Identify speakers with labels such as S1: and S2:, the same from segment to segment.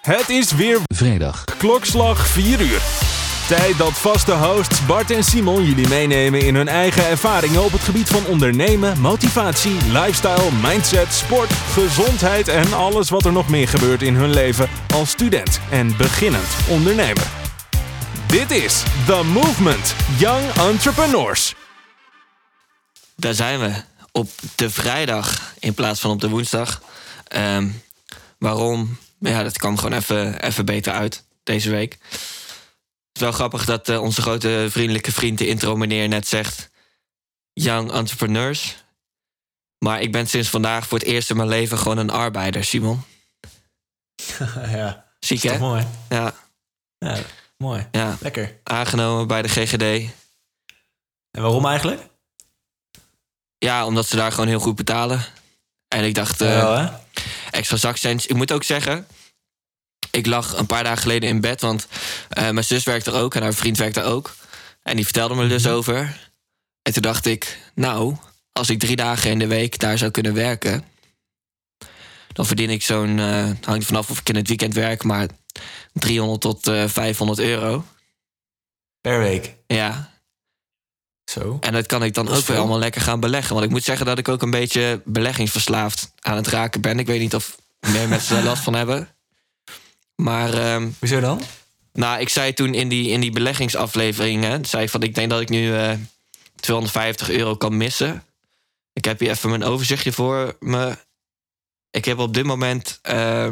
S1: Het is weer
S2: Vrijdag.
S1: klokslag 4 uur. Tijd dat vaste hosts Bart en Simon jullie meenemen in hun eigen ervaringen op het gebied van ondernemen, motivatie, lifestyle, mindset, sport, gezondheid en alles wat er nog meer gebeurt in hun leven als student en beginnend ondernemer. Dit is The Movement Young Entrepreneurs.
S3: Daar zijn we. Op de vrijdag in plaats van op de woensdag. Waarom? Ja, dat kwam gewoon even beter uit deze week. Het is wel grappig dat onze grote vriendelijke vriend, de intro meneer, net zegt Young Entrepreneurs. Maar ik ben sinds vandaag voor het eerst in mijn leven gewoon een arbeider, Simon.
S4: Ja.
S3: Ziek,
S4: Is
S3: hè?
S4: toch mooi?
S3: Ja.
S4: Ja, mooi.
S3: Ja.
S4: Lekker.
S3: Aangenomen bij de GGD.
S4: En waarom eigenlijk?
S3: Ja, omdat ze daar gewoon heel goed betalen. En ik dacht,
S4: Wel, hè?
S3: extra zakcentjes. Ik moet ook zeggen, ik lag een paar dagen geleden in bed, want mijn zus werkt er ook en haar vriend werkt er ook. En die vertelde me er dus over. En toen dacht ik, nou, als ik 3 dagen in de week daar zou kunnen werken, dan verdien ik zo'n, hangt vanaf of ik in het weekend werk, maar 300 tot 500 euro.
S4: Per week.
S3: Ja.
S4: Zo.
S3: En dat kan ik dan
S4: Dat is
S3: ook weer
S4: veel.
S3: allemaal lekker gaan beleggen. Want ik moet zeggen dat ik ook een beetje beleggingsverslaafd aan het raken ben. Ik weet niet of meer mensen daar last van hebben. Maar
S4: Hoezo dan?
S3: nou, ik zei toen in die beleggingsafleveringen, zei ik van, ik denk dat ik nu 250 euro kan missen. Ik heb hier even mijn overzichtje voor me. Ik heb op dit moment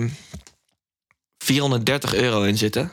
S3: 430 euro in zitten.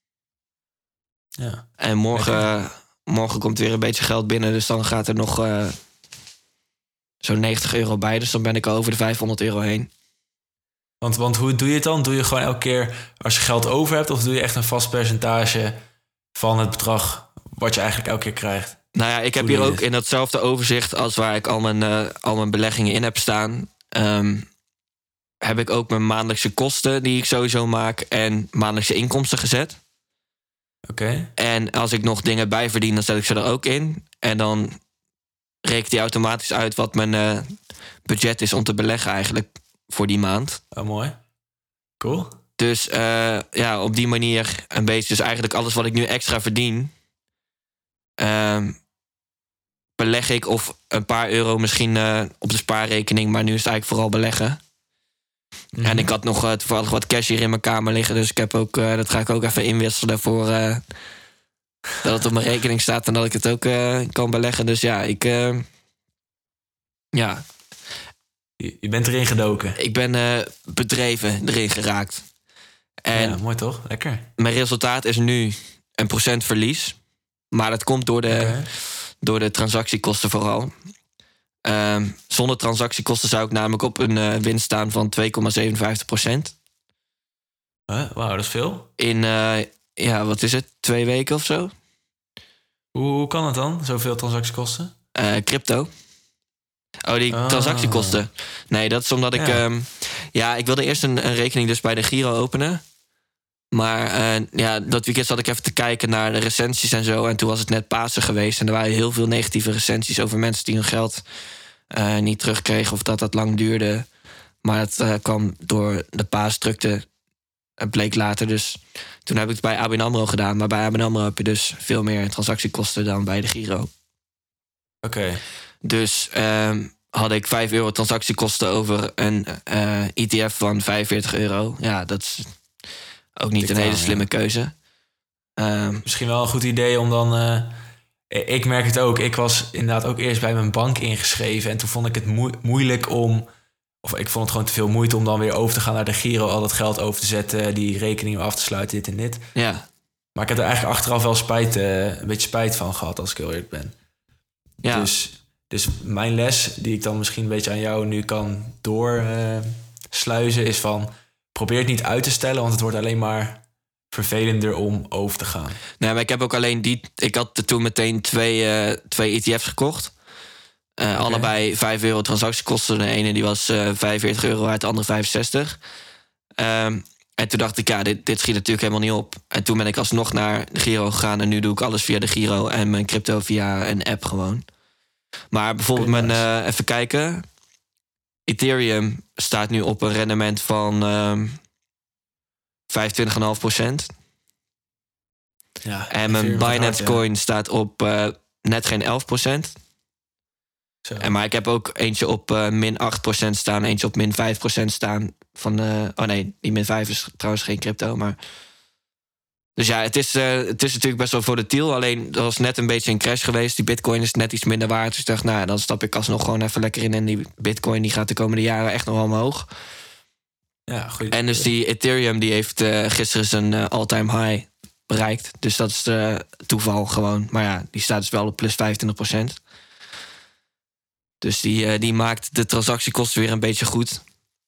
S4: Ja.
S3: En morgen komt weer een beetje geld binnen. Dus dan gaat er nog zo'n 90 euro bij. Dus dan ben ik al over de 500 euro heen.
S4: Want hoe doe je het dan? Doe je gewoon elke keer als je geld over hebt, of doe je echt een vast percentage van het bedrag wat je eigenlijk elke keer krijgt?
S3: Nou ja, ik heb
S4: Hoe
S3: hier
S4: doe je
S3: ook
S4: dit?
S3: in datzelfde overzicht als waar ik al mijn beleggingen in heb staan, heb ik ook mijn maandelijkse kosten die ik sowieso maak en maandelijkse inkomsten gezet.
S4: Oké.
S3: En als ik nog dingen bijverdien, dan zet ik ze er ook in. En dan rekent die automatisch uit wat mijn budget is om te beleggen eigenlijk voor die maand.
S4: Oh, mooi. Cool.
S3: Dus ja, op die manier een beetje. Dus eigenlijk alles wat ik nu extra verdien, beleg ik of een paar euro misschien op de spaarrekening. Maar nu is het eigenlijk vooral beleggen.
S4: Mhm.
S3: En ik had nog toevallig wat cash hier in mijn kamer liggen. Dus ik heb ook, dat ga ik ook even inwisselen voor dat het op mijn rekening staat en dat ik het ook kan beleggen. Dus ja,
S4: Je bent erin gedoken.
S3: ik ben bedreven erin geraakt. En
S4: Ja, mooi toch? Lekker.
S3: mijn resultaat is nu 1% verlies. Maar dat komt
S4: Oké.
S3: door de transactiekosten vooral. Zonder transactiekosten zou ik namelijk op een winst staan van 2,57%.
S4: Wauw, dat is veel.
S3: In, ja, wat is het? 2 weken of zo?
S4: Hoe kan het dan? Zoveel transactiekosten?
S3: Crypto. Oh, die transactiekosten. Nee, dat is omdat ik... ik wilde eerst een rekening dus bij de Giro openen. Maar dat weekend zat ik even te kijken naar de recensies en zo. En toen was het net Pasen geweest. En er waren heel veel negatieve recensies over mensen die hun geld niet terugkregen. Of dat lang duurde. Maar het kwam door de paasdrukte. Het bleek later. Dus toen heb ik het bij ABN AMRO gedaan. Maar bij ABN AMRO heb je dus veel meer transactiekosten dan bij de Giro.
S4: Oké.
S3: Dus had ik 5 euro transactiekosten over een ETF van 45 euro. Ja, dat is ook niet een hele slimme keuze.
S4: Misschien wel een goed idee om dan... ik merk het ook. Ik was inderdaad ook eerst bij mijn bank ingeschreven. En toen vond ik het moeilijk om... Of ik vond het gewoon te veel moeite om dan weer over te gaan naar de Giro. Al dat geld over te zetten, die rekening af te sluiten, dit en dit.
S3: Ja.
S4: Maar ik heb er eigenlijk achteraf wel een beetje spijt van gehad, als ik heel eerlijk ben.
S3: Ja.
S4: Dus mijn les, die ik dan misschien een beetje aan jou nu kan doorsluizen, is van... Probeer het niet uit te stellen, want het wordt alleen maar vervelender om over te gaan.
S3: Nee, maar ik heb ook alleen ik had er toen meteen twee ETF's gekocht. Allebei 5 euro transactiekosten. De ene die was 45 euro uit, de andere 65. En toen dacht ik, ja, dit schiet natuurlijk helemaal niet op. En toen ben ik alsnog naar de Giro gegaan. En nu doe ik alles via de Giro en mijn crypto via een app gewoon. Maar bijvoorbeeld even kijken. Ethereum staat nu op een rendement van 25,5%.
S4: Ja,
S3: En mijn Binance Coin staat op net geen 11%.
S4: Zo.
S3: Maar ik heb ook eentje op min 8% staan, eentje op min 5% staan. Oh nee, die min 5 is trouwens geen crypto, maar... Dus ja, het is natuurlijk best wel volatiel. Alleen, er was net een beetje een crash geweest. Die bitcoin is net iets minder waard. Dus ik dacht, nou, dan stap ik alsnog gewoon even lekker in. En die bitcoin die gaat de komende jaren echt nog wel omhoog.
S4: Ja, goed.
S3: En dus die Ethereum die heeft gisteren zijn all-time high bereikt. Dus dat is toeval gewoon. Maar ja, die staat dus wel op plus 25%. Dus die maakt de transactiekosten weer een beetje goed.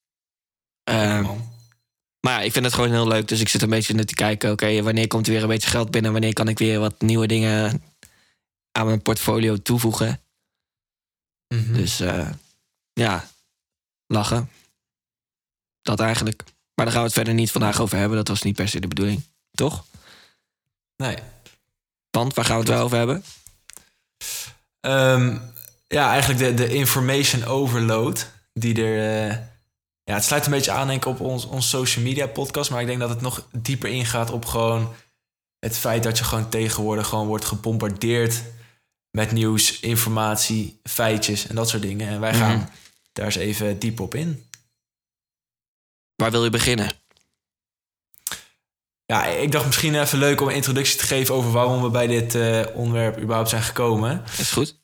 S3: Maar ja, ik vind het gewoon heel leuk. Dus ik zit een beetje naar te kijken. Oké, wanneer komt er weer een beetje geld binnen? Wanneer kan ik weer wat nieuwe dingen aan mijn portfolio toevoegen?
S4: Mm-hmm.
S3: Dus ja, lachen. Dat eigenlijk. Maar daar gaan we het verder niet vandaag over hebben. Dat was niet per se de bedoeling. Toch?
S4: Nee.
S3: Want waar gaan we het wel over hebben?
S4: Ja, eigenlijk de information overload die er... Ja, het sluit een beetje aan, denk ik, op ons social media podcast. Maar ik denk dat het nog dieper ingaat op gewoon het feit dat je gewoon tegenwoordig gewoon wordt gebombardeerd met nieuws, informatie, feitjes en dat soort dingen. En wij gaan daar eens even diep op in.
S3: Waar wil je beginnen?
S4: Ja, ik dacht misschien even leuk om een introductie te geven over waarom we bij dit onderwerp überhaupt zijn gekomen.
S3: Is goed.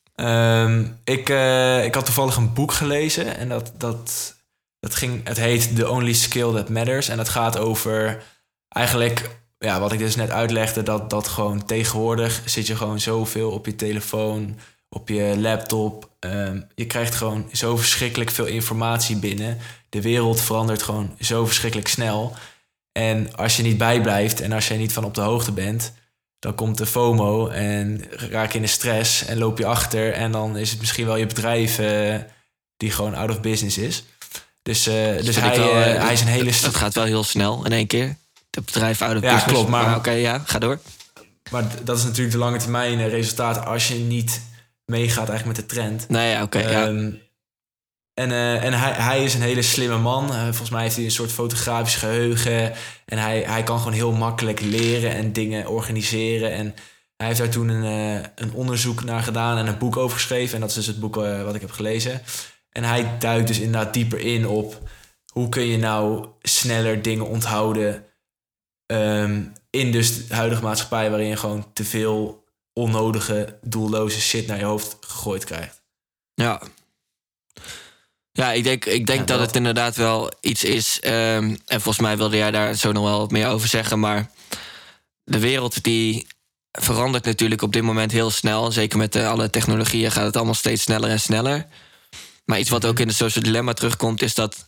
S4: Ik had toevallig een boek gelezen en het heet The Only Skill That Matters. En dat gaat over eigenlijk, ja, wat ik dus net uitlegde, dat gewoon tegenwoordig zit je gewoon zoveel op je telefoon, op je laptop. Je krijgt gewoon zo verschrikkelijk veel informatie binnen. De wereld verandert gewoon zo verschrikkelijk snel. En als je niet bijblijft en als je niet van op de hoogte bent, dan komt de FOMO en raak je in de stress en loop je achter. En dan is het misschien wel je bedrijf die gewoon out of business is. Dus hij is een hele...
S3: Het gaat wel heel snel in één keer. Het bedrijf out of business.
S4: Ja, klopt. Maar
S3: oké, ja, ga door.
S4: Maar dat is natuurlijk de lange termijn resultaat als je niet meegaat eigenlijk met de trend.
S3: Nee, ja, oké. Ja.
S4: En hij is een hele slimme man. Volgens mij heeft hij een soort fotografisch geheugen. En hij kan gewoon heel makkelijk leren en dingen organiseren. En hij heeft daar toen een onderzoek naar gedaan en een boek over geschreven. En dat is dus het boek wat ik heb gelezen. En hij duikt dus inderdaad dieper in op hoe kun je nou sneller dingen onthouden in dus de huidige maatschappij waarin je gewoon te veel onnodige, doelloze shit naar je hoofd gegooid krijgt.
S3: Ja. Ja, ik denk dat het inderdaad wel iets is. En volgens mij wilde jij daar zo nog wel wat meer over zeggen. Maar de wereld die verandert natuurlijk op dit moment heel snel. Zeker met alle technologieën gaat het allemaal steeds sneller en sneller. Maar iets wat ook in de Social Dilemma terugkomt, is dat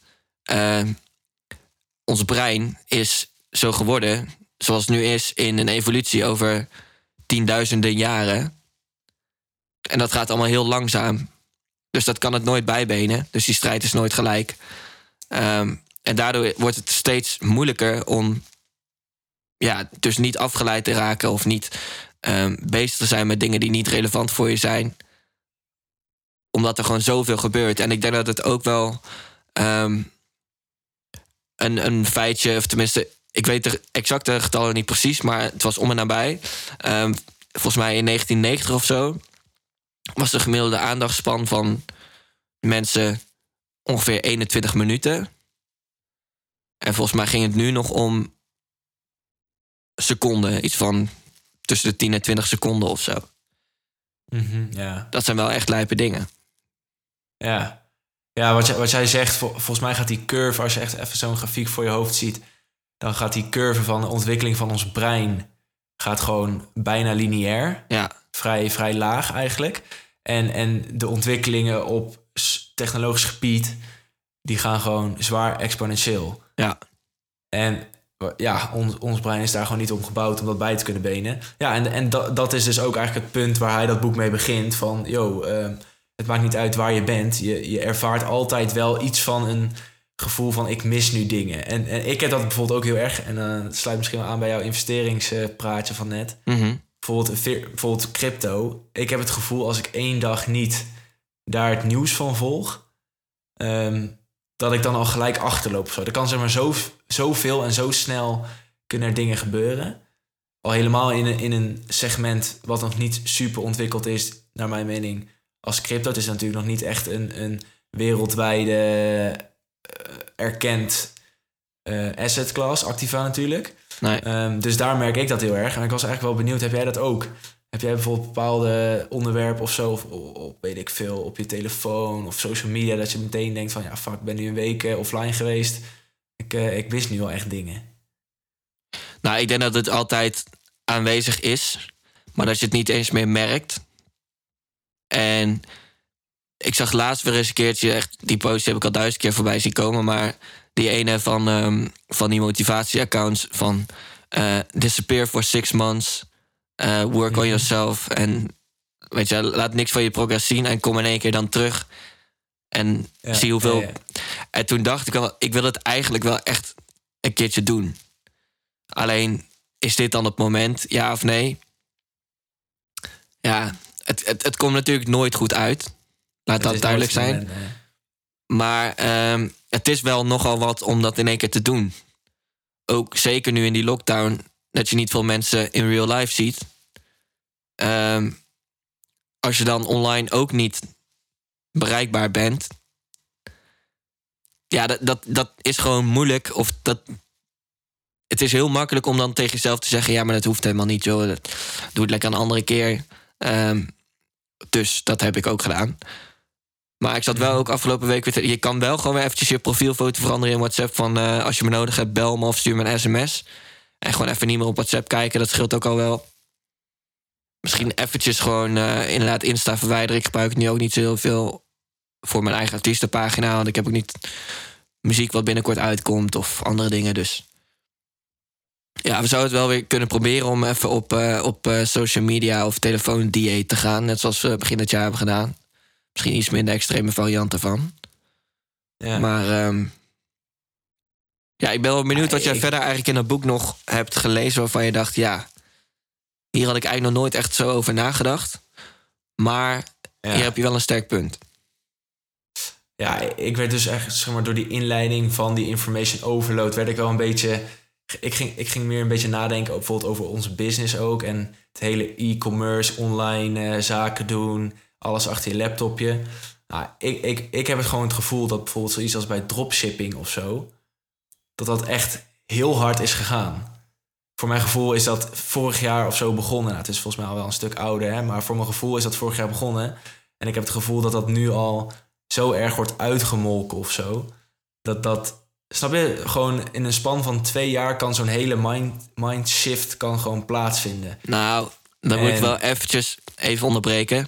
S3: ons brein is zo geworden zoals het nu is in een evolutie over tienduizenden jaren. En dat gaat allemaal heel langzaam. Dus dat kan het nooit bijbenen. Dus die strijd is nooit gelijk. En daardoor wordt het steeds moeilijker om dus niet afgeleid te raken of niet bezig te zijn met dingen die niet relevant voor je zijn. Omdat er gewoon zoveel gebeurt. En ik denk dat het ook wel een feitje, of tenminste, ik weet de exacte getallen niet precies, maar het was om en nabij. Volgens mij in 1990 of zo was de gemiddelde aandachtspan van mensen ongeveer 21 minuten. En volgens mij ging het nu nog om seconden. Iets van tussen de 10 en 20 seconden of zo.
S4: Ja.
S3: Dat zijn wel echt lijpe dingen.
S4: Ja, wat jij zegt, volgens mij gaat die curve, als je echt even zo'n grafiek voor je hoofd ziet, dan gaat die curve van de ontwikkeling van ons brein gaat gewoon bijna lineair.
S3: Ja.
S4: Vrij laag eigenlijk. En de ontwikkelingen op technologisch gebied, die gaan gewoon zwaar exponentieel.
S3: Ja.
S4: En ja, ons brein is daar gewoon niet om gebouwd om dat bij te kunnen benen. Ja, en dat is dus ook eigenlijk het punt waar hij dat boek mee begint. Van, het maakt niet uit waar je bent. Je ervaart altijd wel iets van een gevoel van ik mis nu dingen. En ik heb dat bijvoorbeeld ook heel erg. En het sluit misschien wel aan bij jouw investeringspraatje van net. Bijvoorbeeld crypto. Ik heb het gevoel als ik 1 dag niet daar het nieuws van volg, dat ik dan al gelijk achterloop. Zo. Er kan zeg maar zoveel en zo snel kunnen er dingen gebeuren. Al helemaal in een segment wat nog niet super ontwikkeld is, naar mijn mening, als crypto. Het is natuurlijk nog niet echt een wereldwijde erkend asset class, activa natuurlijk.
S3: Nee.
S4: Dus daar merk ik dat heel erg. En ik was eigenlijk wel benieuwd, heb jij dat ook? Heb jij bijvoorbeeld bepaalde onderwerpen of zo, of weet ik veel, op je telefoon of social media, dat je meteen denkt van, ja, fuck, ik ben nu een week offline geweest. Ik wist nu wel echt dingen.
S3: Nou, ik denk dat het altijd aanwezig is, maar dat je het niet eens meer merkt. En ik zag laatst weer eens een keertje, echt, die post heb ik al 1000 keer voorbij zien komen, maar die ene van die motivatieaccounts van disappear for 6 months, work on yourself. En weet je, laat niks van je progress zien en kom in één keer dan terug. En zie hoeveel. Ja. En toen dacht ik al, ik wil het eigenlijk wel echt een keertje doen. Alleen, is dit dan het moment, ja of nee? Ja, het komt natuurlijk nooit goed uit. Laat dat duidelijk zijn. Moment, maar het is wel nogal wat om dat in één keer te doen. Ook zeker nu in die lockdown, dat je niet veel mensen in real life ziet. Als je dan online ook niet bereikbaar bent, ja, dat is gewoon moeilijk. Of het is heel makkelijk om dan tegen jezelf te zeggen, ja, maar dat hoeft helemaal niet, joh. Doe het lekker een andere keer. Dus dat heb ik ook gedaan. Maar ik zat wel ook afgelopen week weer je kan wel gewoon weer eventjes je profielfoto veranderen in WhatsApp. Van als je me nodig hebt, bel me of stuur me een sms. En gewoon even niet meer op WhatsApp kijken, dat scheelt ook al wel. Misschien eventjes gewoon inderdaad Insta verwijderen. Ik gebruik het nu ook niet zo heel veel voor mijn eigen artiestenpagina. Want ik heb ook niet muziek wat binnenkort uitkomt of andere dingen. Dus ja, we zouden het wel weer kunnen proberen om even op social media of telefoon dieet te gaan. Net zoals we begin dit jaar hebben gedaan. Misschien iets minder extreme varianten van. Ja. Maar ja, ik ben wel benieuwd wat jij verder eigenlijk in dat boek nog hebt gelezen, waarvan je dacht, ja, hier had ik eigenlijk nog nooit echt zo over nagedacht. Maar hier heb je wel een sterk punt.
S4: Ja, ik werd dus echt, zeg maar, door die inleiding van die information overload, werd ik wel een beetje. Ik ging meer een beetje nadenken, bijvoorbeeld over onze business ook. En het hele e-commerce, online zaken doen, alles achter je laptopje. Nou, ik heb het gewoon het gevoel dat bijvoorbeeld zoiets als bij dropshipping of zo, dat echt heel hard is gegaan. Voor mijn gevoel is dat vorig jaar of zo begonnen. Nou, het is volgens mij al wel een stuk ouder, hè? Maar voor mijn gevoel is dat vorig jaar begonnen. En ik heb het gevoel dat dat nu al zo erg wordt uitgemolken of zo. Dat snap je? Gewoon in een span van 2 jaar kan zo'n hele mindshift kan gewoon plaatsvinden.
S3: Nou, dan moet ik wel eventjes even onderbreken.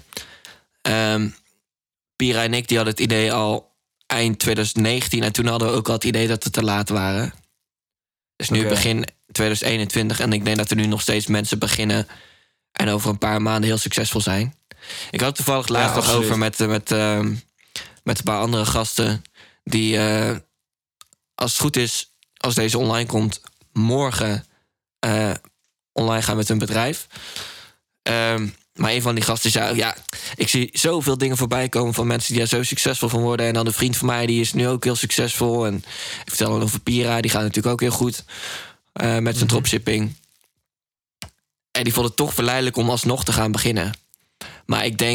S3: Pira en ik die hadden het idee al eind 2019. En toen hadden we ook al het idee dat we te laat waren. Dus nu begin 2021. En ik denk dat er nu nog steeds mensen beginnen en over een paar maanden heel succesvol zijn. Ik had het toevallig laatst nog over met een paar andere gasten die, als het goed is, als deze online komt, morgen online gaan met hun bedrijf. Maar een van die gasten zei, ja, ik zie zoveel dingen voorbij komen van mensen die er zo succesvol van worden. En dan een vriend van mij, die is nu ook heel succesvol. En ik vertel dan over Pira, die gaat natuurlijk ook heel goed met zijn dropshipping. En die vond het toch verleidelijk om alsnog te gaan beginnen. Maar ik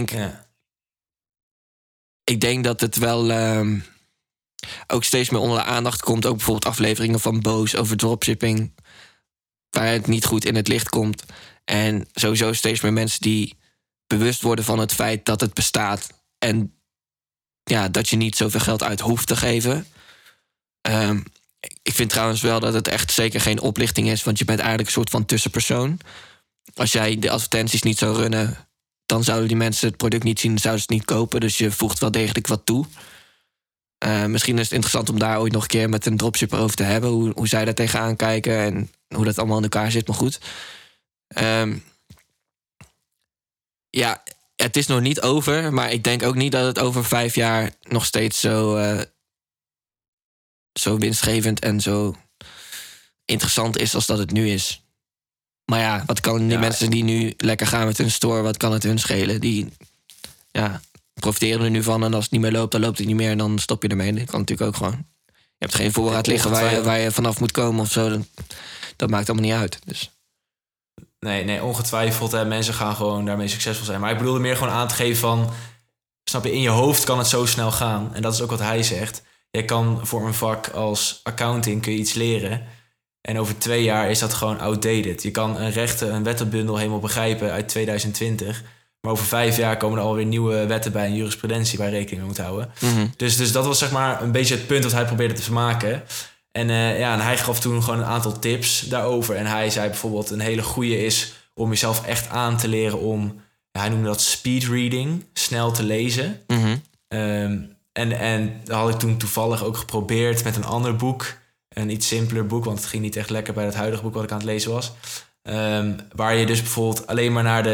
S3: denk dat het wel ook steeds meer onder de aandacht komt. Ook bijvoorbeeld afleveringen van Boos over dropshipping, waar het niet goed in het licht komt. En sowieso steeds meer mensen die bewust worden van het feit dat het bestaat. En ja, dat je niet zoveel geld uit hoeft te geven. Ik vind trouwens wel dat het echt zeker geen oplichting is. Want je bent eigenlijk een soort van tussenpersoon. Als jij de advertenties niet zou runnen, dan zouden die mensen het product niet zien, zouden ze het niet kopen. Dus je voegt wel degelijk wat toe. Misschien is het interessant om daar ooit nog een keer met een dropshipper over te hebben. Hoe zij daar tegenaan kijken en hoe dat allemaal in elkaar zit. Maar goed. Ja, het is nog niet over. Maar ik denk ook niet dat het over 5 jaar nog steeds zo winstgevend en zo interessant is als dat het nu is. Maar ja, wat kan die mensen die nu lekker gaan met hun store, wat kan het hun schelen? Die profiteren er nu van en als het niet meer loopt, dan loopt het niet meer en dan stop je ermee. Dat kan natuurlijk ook gewoon. Je hebt geen voorraad liggen waar je vanaf moet komen of zo. Dat maakt allemaal niet uit. Dus.
S4: Nee, ongetwijfeld. Hè, mensen gaan gewoon daarmee succesvol zijn. Maar ik bedoelde meer gewoon aan te geven van... Snap je, in je hoofd kan het zo snel gaan. En dat is ook wat hij zegt. Je kan voor een vak als accounting kun je iets leren. En over 2 jaar is dat gewoon outdated. Je kan een wettenbundel helemaal begrijpen uit 2020... Maar over 5 jaar komen er alweer nieuwe wetten bij en jurisprudentie waar je rekening mee moet houden.
S3: Mm-hmm.
S4: Dus dat was zeg maar een beetje het punt dat hij probeerde te maken. En hij gaf toen gewoon een aantal tips daarover. En hij zei bijvoorbeeld een hele goede is om jezelf echt aan te leren om... hij noemde dat speed reading, snel te lezen.
S3: Mm-hmm.
S4: En dat had ik toen toevallig ook geprobeerd met een ander boek. Een iets simpeler boek, want het ging niet echt lekker bij het huidige boek wat ik aan het lezen was. Waar je dus bijvoorbeeld alleen maar naar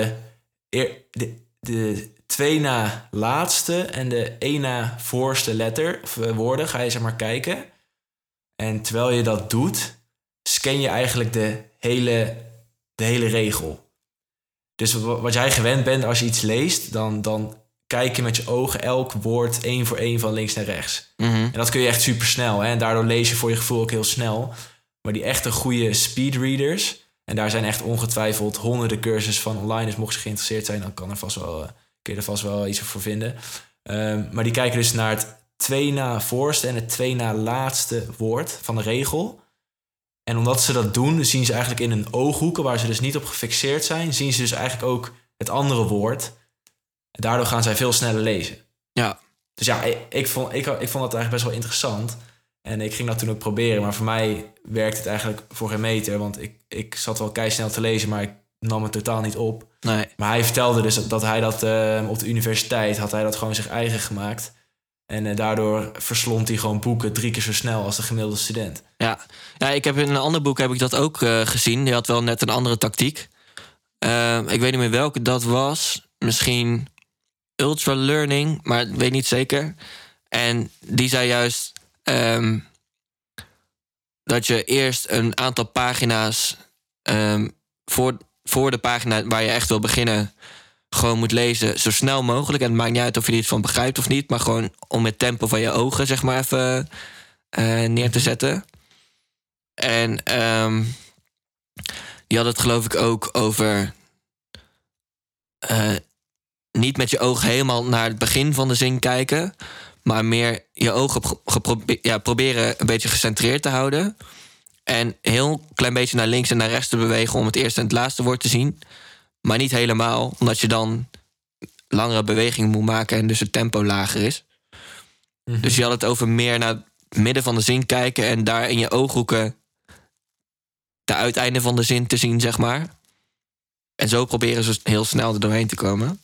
S4: de 2 na laatste en de 1 na voorste letter of woorden ga je zeg maar kijken. En terwijl je dat doet, scan je eigenlijk de hele regel. Dus wat jij gewend bent als je iets leest, dan kijk je met je ogen elk woord 1 voor 1 van links naar rechts.
S3: Mm-hmm.
S4: En dat kun je echt super snel. Hè? En daardoor lees je voor je gevoel ook heel snel. Maar die echte goede speedreaders... en daar zijn echt ongetwijfeld honderden cursussen van online... dus mocht je geïnteresseerd zijn, dan kun je er vast wel iets voor vinden. Maar die kijken dus naar het 2 na voorste... en het 2 na laatste woord van de regel. En omdat ze dat doen, zien ze eigenlijk in hun ooghoeken... waar ze dus niet op gefixeerd zijn... zien ze dus eigenlijk ook het andere woord... Daardoor gaan zij veel sneller lezen.
S3: Ja.
S4: Dus ja, ik vond dat eigenlijk best wel interessant. En ik ging dat toen ook proberen. Maar voor mij werkte het eigenlijk voor geen meter. Want ik zat wel keisnel te lezen, maar ik nam het totaal niet op.
S3: Nee.
S4: Maar hij vertelde dus dat hij dat op de universiteit... had hij dat gewoon zich eigen gemaakt. En daardoor verslond hij gewoon boeken 3 keer zo snel als de gemiddelde student.
S3: Ja, ik heb in een ander boek heb ik dat ook gezien. Die had wel net een andere tactiek. Ik weet niet meer welke dat was. Misschien... Ultra Learning, maar ik weet niet zeker. En die zei juist dat je eerst een aantal pagina's voor de pagina waar je echt wil beginnen gewoon moet lezen zo snel mogelijk. En het maakt niet uit of je er iets van begrijpt of niet, maar gewoon om het tempo van je ogen zeg maar even neer te zetten. En die had het geloof ik ook over niet met je ogen helemaal naar het begin van de zin kijken, maar meer je ogen proberen een beetje gecentreerd te houden. En heel klein beetje naar links en naar rechts te bewegen om het eerste en het laatste woord te zien. Maar niet helemaal, omdat je dan langere bewegingen moet maken en dus het tempo lager is. Mm-hmm. Dus je had het over meer naar het midden van de zin kijken en daar in je ooghoeken de uiteinde van de zin te zien, zeg maar. En zo proberen ze heel snel er doorheen te komen.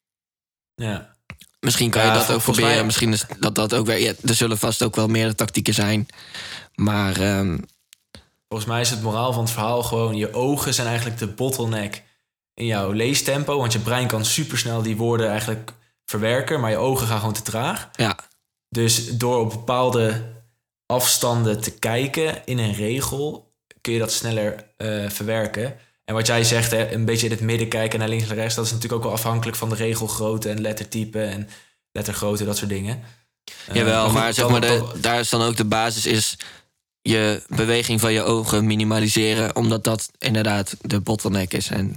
S4: Ja.
S3: Misschien kan je dat ook proberen. Mij... Misschien is dat ook weer... Ja, er zullen vast ook wel meerdere tactieken zijn. Maar...
S4: Volgens mij is het moraal van het verhaal gewoon... je ogen zijn eigenlijk de bottleneck in jouw leestempo. Want je brein kan supersnel die woorden eigenlijk verwerken... maar je ogen gaan gewoon te traag.
S3: Ja.
S4: Dus door op bepaalde afstanden te kijken in een regel... kun je dat sneller verwerken... En wat jij zegt, hè, een beetje in het midden kijken naar links en rechts... dat is natuurlijk ook wel afhankelijk van de regelgrootte en lettertype en lettergrootte, dat soort dingen.
S3: Jawel, maar zeg maar, daar is dan ook de basis is je beweging van je ogen minimaliseren... omdat dat inderdaad de bottleneck is. En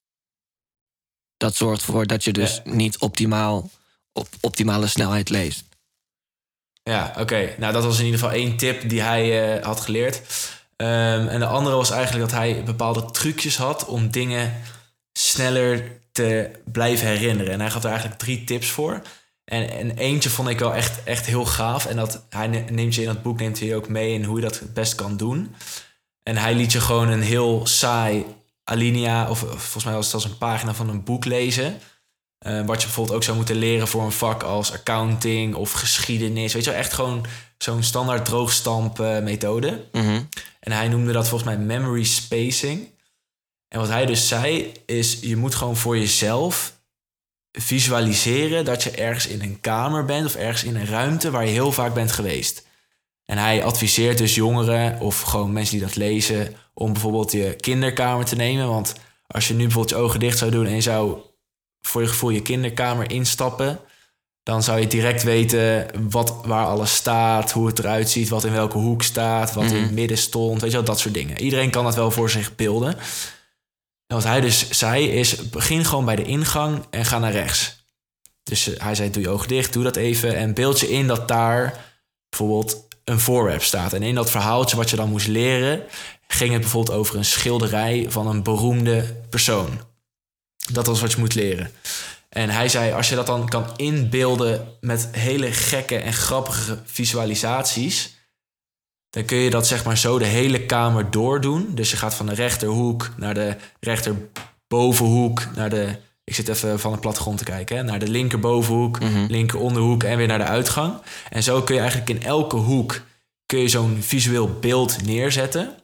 S3: dat zorgt ervoor dat je dus niet op optimale snelheid leest.
S4: Ja, oké. Nou, dat was in ieder geval 1 tip die hij had geleerd... en de andere was eigenlijk dat hij bepaalde trucjes had... om dingen sneller te blijven herinneren. En hij gaf er eigenlijk 3 tips voor. En eentje vond ik wel echt heel gaaf. En dat hij neemt je in dat boek neemt hij ook mee... in hoe je dat het best kan doen. En hij liet je gewoon een heel saai alinea... of volgens mij was het als een pagina van een boek lezen... wat je bijvoorbeeld ook zou moeten leren voor een vak als accounting of geschiedenis. Weet je wel, echt gewoon zo'n standaard droogstamp methode.
S3: Mm-hmm.
S4: En hij noemde dat volgens mij memory spacing. En wat hij dus zei is, je moet gewoon voor jezelf visualiseren dat je ergens in een kamer bent of ergens in een ruimte waar je heel vaak bent geweest. En hij adviseert dus jongeren of gewoon mensen die dat lezen om bijvoorbeeld je kinderkamer te nemen. Want als je nu bijvoorbeeld je ogen dicht zou doen en je zou voor je gevoel je kinderkamer instappen, dan zou je direct weten waar alles staat, hoe het eruit ziet, wat in welke hoek staat, wat in het midden stond, weet je wel, dat soort dingen. Iedereen kan dat wel voor zich beelden. En wat hij dus zei is, begin gewoon bij de ingang en ga naar rechts. Dus hij zei, doe je ogen dicht, doe dat even en beeld je in dat daar bijvoorbeeld een voorwerp staat. En in dat verhaaltje wat je dan moest leren, ging het bijvoorbeeld over een schilderij van een beroemde persoon. Dat was wat je moet leren. En hij zei, als je dat dan kan inbeelden met hele gekke en grappige visualisaties, dan kun je dat zeg maar zo de hele kamer doordoen. Dus je gaat van de rechterhoek naar de rechterbovenhoek, ik zit even van de plattegrond te kijken, naar de linkerbovenhoek, linkeronderhoek en weer naar de uitgang. En zo kun je eigenlijk in elke hoek kun je zo'n visueel beeld neerzetten.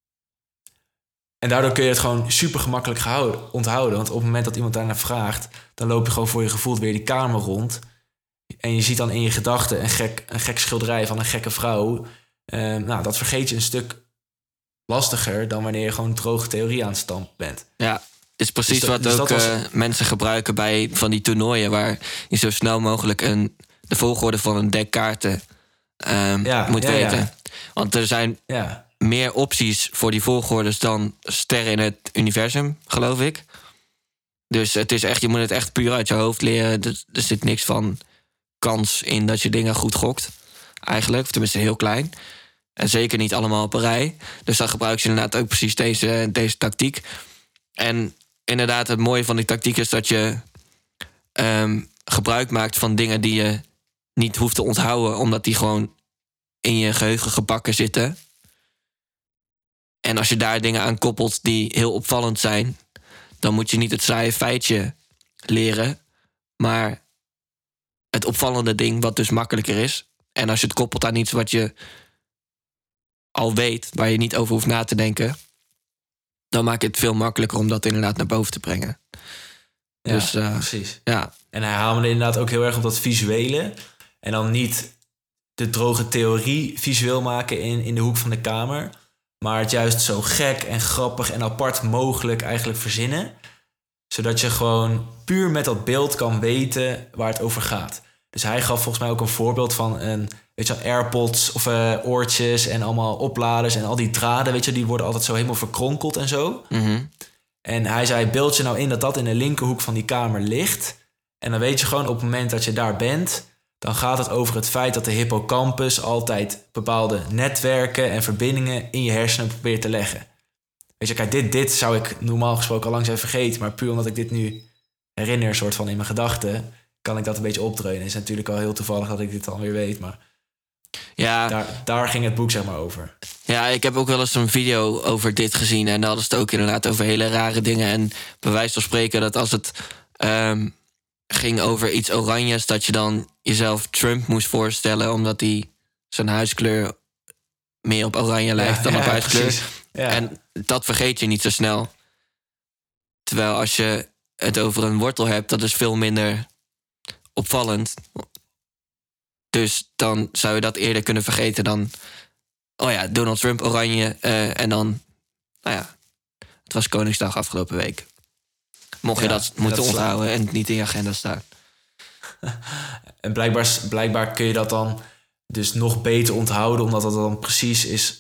S4: En daardoor kun je het gewoon super gemakkelijk onthouden. Want op het moment dat iemand daarnaar vraagt, dan loop je gewoon voor je gevoel weer die kamer rond. En je ziet dan in je gedachten een gek schilderij van een gekke vrouw. Dat vergeet je een stuk lastiger dan wanneer je gewoon droge theorie aan het stampen bent.
S3: Ja, het is precies wat mensen gebruiken bij van die toernooien, waar je zo snel mogelijk de volgorde van een dek kaarten moet weten. Ja. Want er zijn meer opties voor die volgordes dan sterren in het universum, geloof ik. Dus het is echt, je moet het echt puur uit je hoofd leren. Er zit niks van kans in dat je dingen goed gokt, eigenlijk. Of tenminste heel klein. En zeker niet allemaal op een rij. Dus dan gebruik je inderdaad ook precies deze tactiek. En inderdaad, het mooie van die tactiek is dat je gebruik maakt van dingen die je niet hoeft te onthouden, omdat die gewoon in je geheugen gebakken zitten. En als je daar dingen aan koppelt die heel opvallend zijn, dan moet je niet het saaie feitje leren, maar het opvallende ding wat dus makkelijker is. En als je het koppelt aan iets wat je al weet, waar je niet over hoeft na te denken, dan maak je het veel makkelijker om dat inderdaad naar boven te brengen.
S4: Ja, dus, precies. Ja. En hij hamerde inderdaad ook heel erg op dat visuele. En dan niet de droge theorie visueel maken in de hoek van de kamer, maar het juist zo gek en grappig en apart mogelijk eigenlijk verzinnen, zodat je gewoon puur met dat beeld kan weten waar het over gaat. Dus hij gaf volgens mij ook een voorbeeld van AirPods of oortjes en allemaal opladers en al die draden, weet je, die worden altijd zo helemaal verkronkeld en zo. En hij zei, beeld je nou in dat in de linkerhoek van die kamer ligt. En dan weet je gewoon op het moment dat je daar bent, dan gaat het over het feit dat de hippocampus altijd bepaalde netwerken en verbindingen in je hersenen probeert te leggen. Weet je, kijk, dit zou ik normaal gesproken al lang zijn vergeten, maar puur omdat ik dit nu herinner, soort van in mijn gedachten, kan ik dat een beetje opdreunen. Het is natuurlijk al heel toevallig dat ik dit dan weer weet, maar ja, daar ging het boek zeg maar over.
S3: Ja, ik heb ook wel eens een video over dit gezien en daar hadden ze het ook inderdaad over hele rare dingen. En bij wijze van spreken dat als het ging over iets oranjes, dat je dan jezelf Trump moest voorstellen, omdat hij zijn huiskleur meer op oranje lijkt dan op huiskleur. Ja. En dat vergeet je niet zo snel. Terwijl als je het over een wortel hebt, dat is veel minder opvallend. Dus dan zou je dat eerder kunnen vergeten dan, oh ja, Donald Trump oranje en dan, nou ja, het was Koningsdag afgelopen week. Mocht je dat moeten onthouden en het niet in je agenda staan.
S4: En blijkbaar kun je dat dan dus nog beter onthouden, omdat dat dan precies is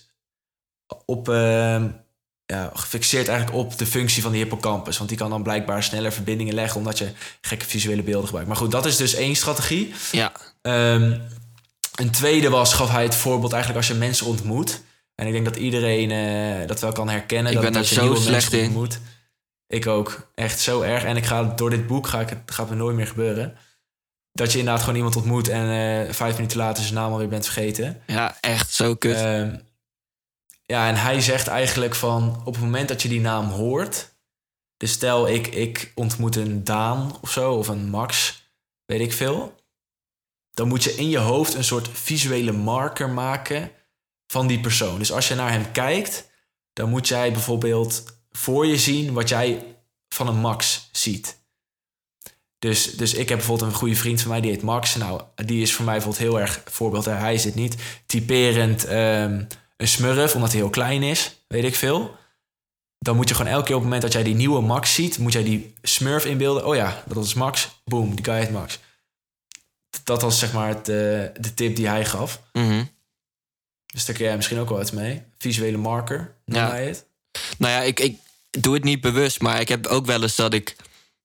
S4: gefixeerd eigenlijk op de functie van de hippocampus. Want die kan dan blijkbaar sneller verbindingen leggen, omdat je gekke visuele beelden gebruikt. Maar goed, dat is dus één strategie.
S3: Ja.
S4: Een tweede gaf hij het voorbeeld eigenlijk als je mensen ontmoet. En ik denk dat iedereen dat wel kan herkennen.
S3: Ik ben daar zo slecht in.
S4: Ontmoet. Ik ook. Echt zo erg. En door dit boek gaat me nooit meer gebeuren. Dat je inderdaad gewoon iemand ontmoet en 5 minuten later zijn naam alweer bent vergeten.
S3: Ja, echt zo kut.
S4: En hij zegt eigenlijk van, op het moment dat je die naam hoort, dus stel ik ontmoet een Daan of zo, of een Max, weet ik veel, dan moet je in je hoofd een soort visuele marker maken van die persoon. Dus als je naar hem kijkt, dan moet jij bijvoorbeeld voor je zien wat jij van een Max ziet. Dus ik heb bijvoorbeeld een goede vriend van mij, die heet Max. Nou, die is voor mij bijvoorbeeld heel erg, voorbeeld, hij is het niet, typerend een smurf, omdat hij heel klein is, weet ik veel. Dan moet je gewoon elke keer op het moment dat jij die nieuwe Max ziet, moet jij die smurf inbeelden. Oh ja, dat is Max. Boom, die guy heet Max. dat was zeg maar de tip die hij gaf.
S3: Mm-hmm.
S4: Dus daar kun jij misschien ook wel iets mee. Visuele marker, noem jij het?
S3: Nou ja, ik doe het niet bewust, maar ik heb ook wel eens dat ik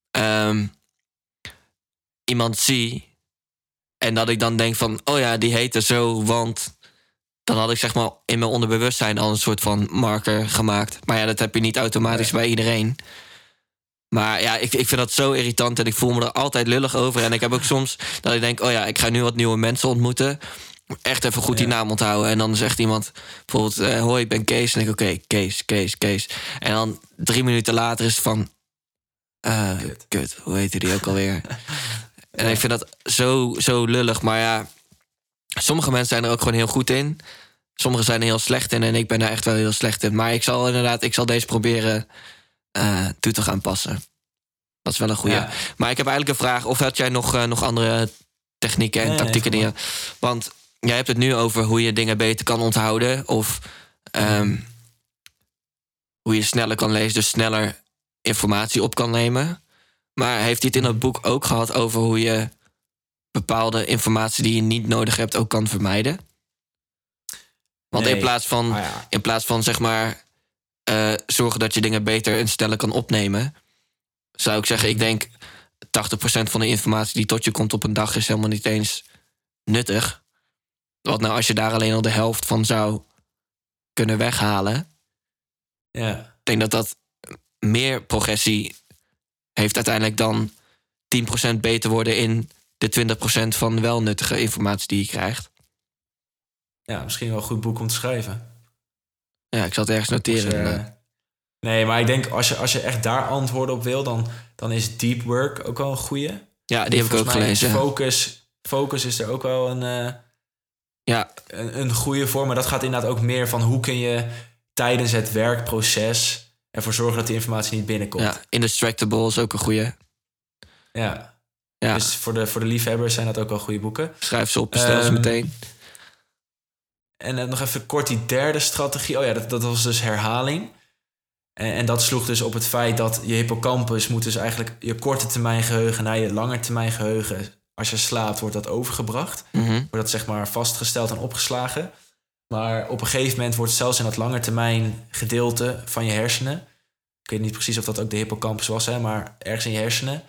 S3: iemand zie en dat ik dan denk van, oh ja, die heette zo, want dan had ik zeg maar in mijn onderbewustzijn al een soort van marker gemaakt. Maar ja, dat heb je niet automatisch bij iedereen. Maar ja, ik vind dat zo irritant en ik voel me er altijd lullig over. En ik heb ook soms dat ik denk, oh ja, ik ga nu wat nieuwe mensen ontmoeten. Echt even goed die naam onthouden. En dan zegt iemand bijvoorbeeld, hoi, ik ben Kees. En dan denk ik, oké, Kees. En dan 3 minuten later is het van, kut, hoe heette die ook alweer? En ik vind dat zo lullig. Maar ja, sommige mensen zijn er ook gewoon heel goed in. Sommigen zijn er heel slecht in en ik ben daar echt wel heel slecht in. Maar ik zal deze proberen toe te gaan passen. Dat is wel een goeie. Ja. Maar ik heb eigenlijk een vraag. Of had jij nog andere technieken en tactieken? Nee, want jij hebt het nu over hoe je dingen beter kan onthouden. Of hoe je sneller kan lezen. Dus sneller informatie op kan nemen. Maar heeft hij het in dat boek ook gehad over hoe je bepaalde informatie die je niet nodig hebt ook kan vermijden? Want in plaats van zeg maar zorgen dat je dingen beter en sneller kan opnemen, zou ik zeggen, ik denk 80% van de informatie die tot je komt op een dag is helemaal niet eens nuttig. Want nou, als je daar alleen al de helft van zou kunnen weghalen, ik denk dat dat meer progressie heeft uiteindelijk dan 10% beter worden in de 20% van wel nuttige informatie die je krijgt.
S4: Ja, misschien wel een goed boek om te schrijven.
S3: Ja, ik zal het ergens noteren.
S4: Nee, maar ik denk als je echt daar antwoorden op wil, dan is deep work ook wel een goeie.
S3: Ja, die heb ik ook gelezen.
S4: Focus is er ook wel een goede voor. Maar dat gaat inderdaad ook meer van hoe kun je tijdens het werkproces ervoor zorgen dat die informatie niet binnenkomt.
S3: Ja, Indistractable is ook een goeie.
S4: Ja. Dus voor de liefhebbers zijn dat ook wel goede boeken.
S3: Schrijf ze op, bestel ze meteen.
S4: En nog even kort die derde strategie. Oh ja, dat was dus herhaling. En dat sloeg dus op het feit dat je hippocampus moet dus eigenlijk je korte termijn geheugen naar je lange termijn geheugen. Als je slaapt, wordt dat overgebracht.
S3: Mm-hmm.
S4: Wordt dat zeg maar vastgesteld en opgeslagen. Maar op een gegeven moment wordt zelfs in dat lange termijn gedeelte van je hersenen. Ik weet niet precies of dat ook de hippocampus was, maar ergens in je hersenen.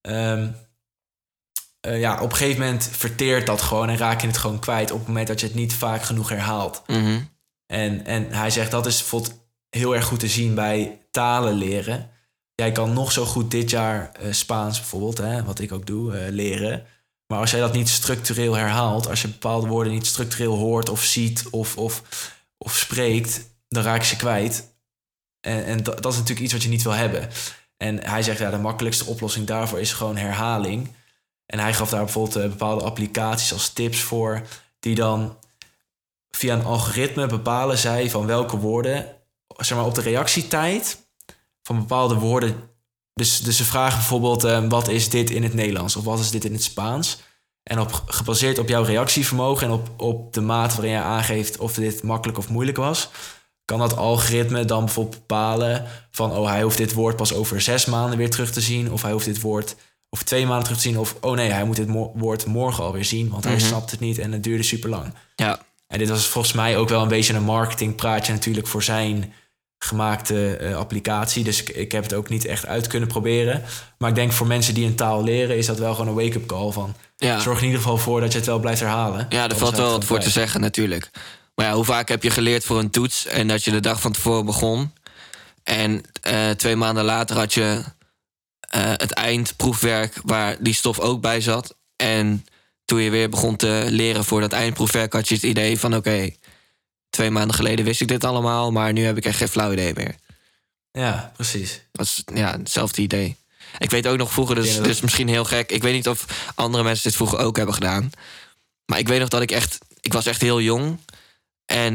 S4: Op een gegeven moment verteert dat gewoon en raak je het gewoon kwijt op het moment dat je het niet vaak genoeg herhaalt.
S3: Mm-hmm.
S4: En hij zegt dat is bijvoorbeeld heel erg goed te zien bij talen leren. Jij kan nog zo goed dit jaar Spaans bijvoorbeeld, wat ik ook doe, leren. Maar als jij dat niet structureel herhaalt, als je bepaalde woorden niet structureel hoort of ziet of spreekt, dan raak je ze kwijt. En dat is natuurlijk iets wat je niet wil hebben. En hij zegt, de makkelijkste oplossing daarvoor is gewoon herhaling. En hij gaf daar bijvoorbeeld bepaalde applicaties als tips voor, die dan via een algoritme bepalen zij van welke woorden, zeg maar op de reactietijd van bepaalde woorden. Dus ze vragen bijvoorbeeld, wat is dit in het Nederlands? Of wat is dit in het Spaans? En gebaseerd op jouw reactievermogen en op de mate waarin je aangeeft of dit makkelijk of moeilijk was, kan dat algoritme dan bijvoorbeeld bepalen van, hij hoeft dit woord pas over 6 maanden weer terug te zien. Of hij hoeft dit woord over 2 maanden terug te zien. Of, hij moet dit woord morgen alweer zien, want hij snapt het niet en het duurde super lang.
S3: Ja.
S4: En dit was volgens mij ook wel een beetje een marketingpraatje natuurlijk voor zijn gemaakte applicatie. Dus ik heb het ook niet echt uit kunnen proberen. Maar ik denk voor mensen die een taal leren, is dat wel gewoon een wake-up call van, zorg in ieder geval voor dat je het wel blijft herhalen.
S3: Ja, er valt wel wat voor te zeggen natuurlijk. Maar ja, hoe vaak heb je geleerd voor een toets en dat je de dag van tevoren begon en 2 maanden later had je het eindproefwerk waar die stof ook bij zat. En toen je weer begon te leren voor dat eindproefwerk had je het idee van, oké, 2 maanden geleden wist ik dit allemaal, maar nu heb ik echt geen flauw idee meer.
S4: Ja, precies.
S3: Dat is hetzelfde idee. Ik weet ook nog vroeger, dus misschien heel gek, ik weet niet of andere mensen dit vroeger ook hebben gedaan, maar ik weet nog dat ik was echt heel jong en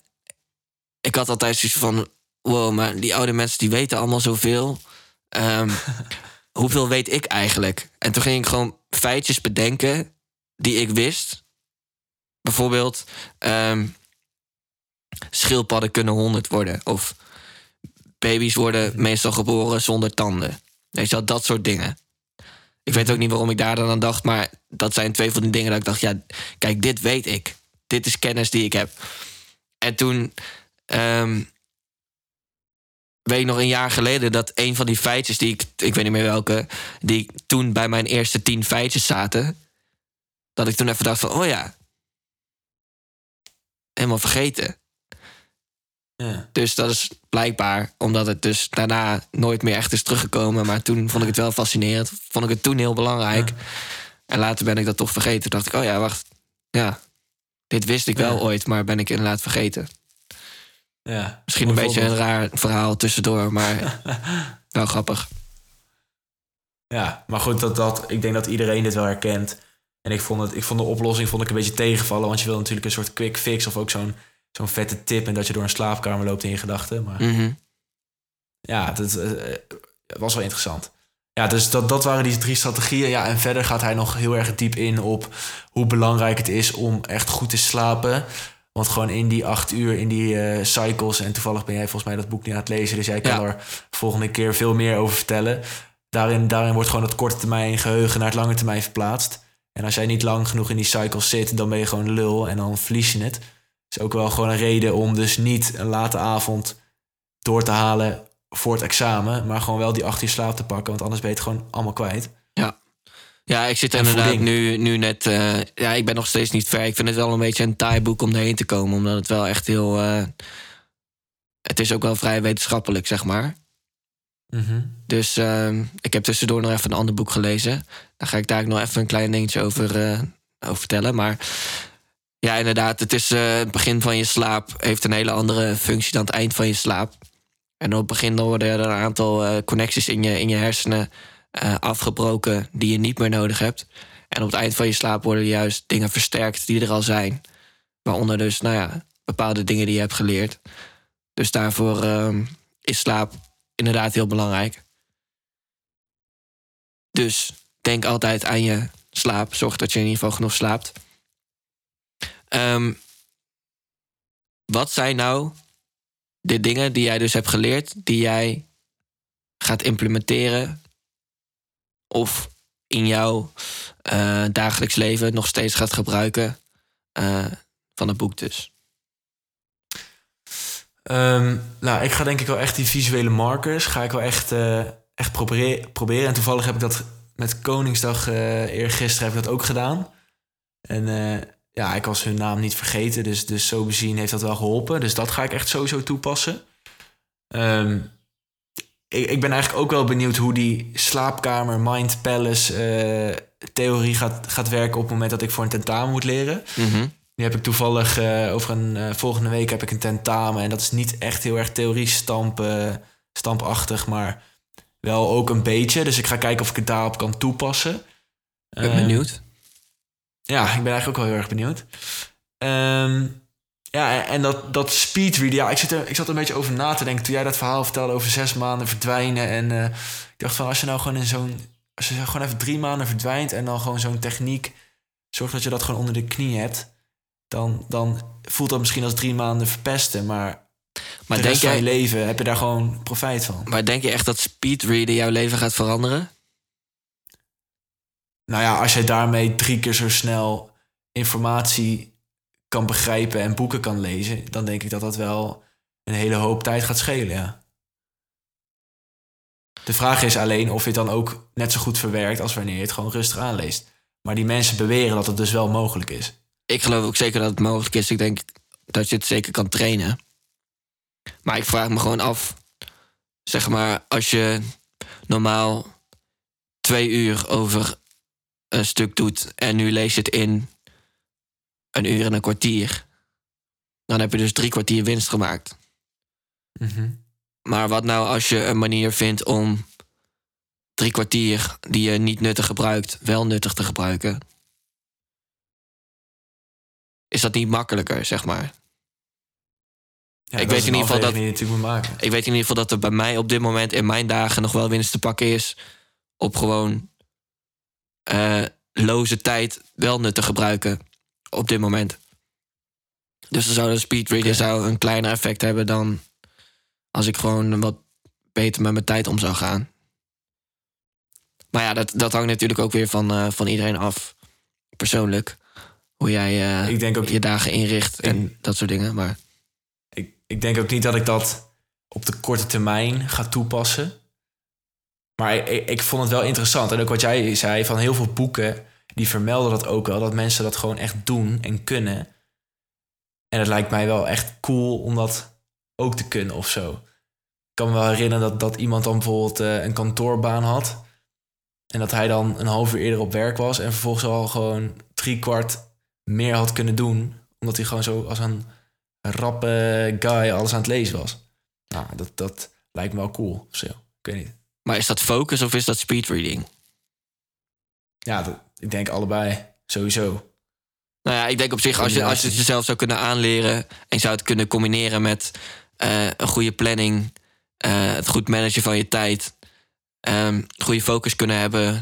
S3: ik had altijd zoiets van, wow, maar die oude mensen die weten allemaal zoveel. Hoeveel weet ik eigenlijk? En toen ging ik gewoon feitjes bedenken die ik wist. Bijvoorbeeld, schildpadden kunnen 100 worden. Of baby's worden meestal geboren zonder tanden. Weet je wel, dat soort dingen. Ik weet ook niet waarom ik daar dan aan dacht, maar dat zijn 2 van die dingen dat ik dacht, ja, kijk, dit weet ik. Dit is kennis die ik heb. En toen weet ik nog een jaar geleden dat een van die feitjes die ik weet niet meer welke, die toen bij mijn eerste 10 feitjes zaten, dat ik toen even dacht van, oh ja, helemaal vergeten.
S4: Ja.
S3: Dus dat is blijkbaar, omdat het dus daarna nooit meer echt is teruggekomen. Maar toen vond ik het wel fascinerend. Vond ik het toen heel belangrijk. Ja. En later ben ik dat toch vergeten. Dacht ik, oh ja, wacht. Ja, dit wist ik wel ooit, maar ben ik inderdaad vergeten.
S4: Ja,
S3: misschien een beetje een raar verhaal tussendoor, maar wel grappig.
S4: Ja, maar goed, ik denk dat iedereen dit wel herkent. En ik vond de oplossing een beetje tegenvallen. Want je wil natuurlijk een soort quick fix of ook zo'n vette tip en dat je door een slaapkamer loopt in je gedachten. Maar ja, het was wel interessant. Ja, dus dat waren die 3 strategieën. Ja, en verder gaat hij nog heel erg diep in op hoe belangrijk het is om echt goed te slapen. Want gewoon in die 8 uur, in die cycles, en toevallig ben jij volgens mij dat boek niet aan het lezen, dus jij kan er volgende keer veel meer over vertellen. Daarin wordt gewoon het korte termijn geheugen naar het lange termijn verplaatst. En als jij niet lang genoeg in die cycles zit, dan ben je gewoon lul en dan verlies je het. Is ook wel gewoon een reden om dus niet een late avond door te halen voor het examen, maar gewoon wel die 8 uur slaap te pakken, want anders ben je het gewoon allemaal kwijt.
S3: Ja, ik zit inderdaad nu net... ik ben nog steeds niet ver. Ik vind het wel een beetje een taai boek om erheen te komen, omdat het wel echt heel... het is ook wel vrij wetenschappelijk, zeg maar. Dus ik heb tussendoor nog even een ander boek gelezen. Daar ga ik daar nog even een klein dingetje over vertellen. Maar ja, inderdaad, het is het begin van je slaap heeft een hele andere functie dan het eind van je slaap. En op het begin worden er een aantal connecties in je hersenen afgebroken die je niet meer nodig hebt. En op het eind van je slaap worden juist dingen versterkt die er al zijn. Waaronder dus, bepaalde dingen die je hebt geleerd. Dus daarvoor is slaap inderdaad heel belangrijk. Dus denk altijd aan je slaap. Zorg dat je in ieder geval genoeg slaapt. Wat zijn nou de dingen die jij dus hebt geleerd, die jij gaat implementeren of in jouw dagelijks leven nog steeds gaat gebruiken van het boek dus?
S4: Ik ga denk ik wel echt die visuele markers ga ik wel echt proberen. En toevallig heb ik dat met Koningsdag eergisteren heb ik dat ook gedaan. En ik was hun naam niet vergeten, dus zo bezien heeft dat wel geholpen. Dus dat ga ik echt sowieso toepassen. Ik ben eigenlijk ook wel benieuwd hoe die slaapkamer, mind palace theorie gaat werken op het moment dat ik voor een tentamen moet leren. Nu heb ik toevallig volgende week heb ik een tentamen. En dat is niet echt heel erg theorie stampachtig, maar wel ook een beetje. Dus ik ga kijken of ik het daarop kan toepassen.
S3: Ik ben benieuwd.
S4: Ja, ik ben eigenlijk ook wel heel erg benieuwd. En dat speedreaden, ja, ik zat er een beetje over na te denken toen jij dat verhaal vertelde over 6 maanden verdwijnen. En ik dacht van, als je nou gewoon als je gewoon even 3 maanden verdwijnt en dan gewoon zo'n techniek zorgt dat je dat gewoon onder de knie hebt, dan voelt dat misschien als 3 maanden verpesten, maar de rest van je leven heb je daar gewoon profijt van.
S3: Maar denk je echt dat speedreaden jouw leven gaat veranderen?
S4: Nou ja, als jij daarmee 3 keer zo snel informatie kan begrijpen en boeken kan lezen, dan denk ik dat dat wel een hele hoop tijd gaat schelen, ja. De vraag is alleen of je het dan ook net zo goed verwerkt als wanneer je het gewoon rustig aanleest. Maar die mensen beweren dat het dus wel mogelijk is.
S3: Ik geloof ook zeker dat het mogelijk is. Ik denk dat je het zeker kan trainen. Maar ik vraag me gewoon af, zeg maar, als je normaal 2 uur over een stuk doet en nu lees je het in 1 uur en een kwartier, dan heb je dus 3 kwartier winst gemaakt. Maar wat nou als je een manier vindt om 3 kwartier die je niet nuttig gebruikt, wel nuttig te gebruiken? Is dat niet makkelijker, zeg maar?
S4: Ja, ik weet in ieder
S3: geval dat er bij mij op dit moment in mijn dagen nog wel winst te pakken is op gewoon loze tijd wel nuttig gebruiken op dit moment. Dus dan zou de speedreader zou een kleiner effect hebben dan als ik gewoon wat beter met mijn tijd om zou gaan. Maar ja, dat hangt natuurlijk ook weer van iedereen af. Persoonlijk. Hoe jij
S4: Ik denk ook,
S3: je dagen inricht en dat soort dingen. Maar
S4: ik denk ook niet dat ik dat op de korte termijn ga toepassen. Maar ik vond het wel interessant. En ook wat jij zei, van heel veel boeken, die vermelden dat ook wel. Dat mensen dat gewoon echt doen en kunnen. En het lijkt mij wel echt cool om dat ook te kunnen of zo. Ik kan me wel herinneren dat iemand dan bijvoorbeeld een kantoorbaan had. En dat hij dan een half uur eerder op werk was. En vervolgens al gewoon 3/4 meer had kunnen doen. Omdat hij gewoon zo als een rappe guy alles aan het lezen was. Nou, dat lijkt me wel cool of zo. Ik weet niet.
S3: is dat focus of is dat speedreading?
S4: Ja, ik denk allebei. Sowieso.
S3: Nou ja, ik denk op zich, als je het jezelf zou kunnen aanleren en je zou het kunnen combineren met een goede planning, het goed managen van je tijd, goede focus kunnen hebben,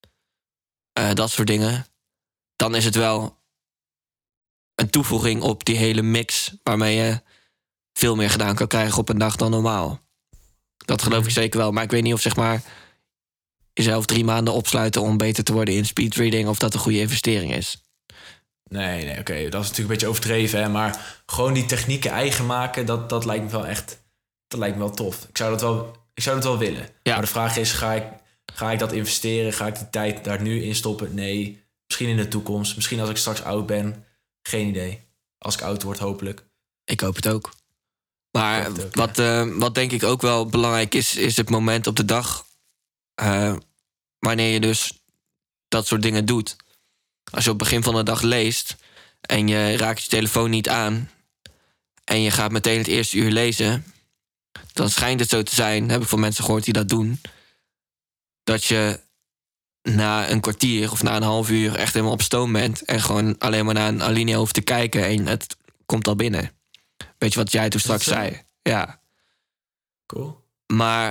S3: dat soort dingen, dan is het wel een toevoeging op die hele mix waarmee je veel meer gedaan kan krijgen op een dag dan normaal. Dat geloof ik zeker wel. Maar ik weet niet of zeg maar jezelf 3 maanden opsluiten om beter te worden in speedreading, of dat een goede investering is.
S4: Nee, oké. Dat is natuurlijk een beetje overdreven, hè. Maar gewoon die technieken eigen maken, dat lijkt me wel echt, dat lijkt me wel tof. Ik zou dat wel willen.
S3: Ja.
S4: Maar de vraag is, ga ik dat investeren? Ga ik die tijd daar nu in stoppen? Nee. Misschien in de toekomst. Misschien als ik straks oud ben. Geen idee. Als ik oud word, hopelijk.
S3: Ik hoop het ook. Maar wat denk ik ook wel belangrijk is het moment op de dag wanneer je dus dat soort dingen doet. Als je op het begin van de dag leest en je raakt je telefoon niet aan en je gaat meteen het eerste uur lezen, dan schijnt het zo te zijn, heb ik van mensen gehoord die dat doen, dat je na een kwartier of na een half uur echt helemaal op stoom bent en gewoon alleen maar naar een alinea hoeft te kijken en het komt al binnen. Weet je wat jij toen straks zei? Ja.
S4: Cool.
S3: Maar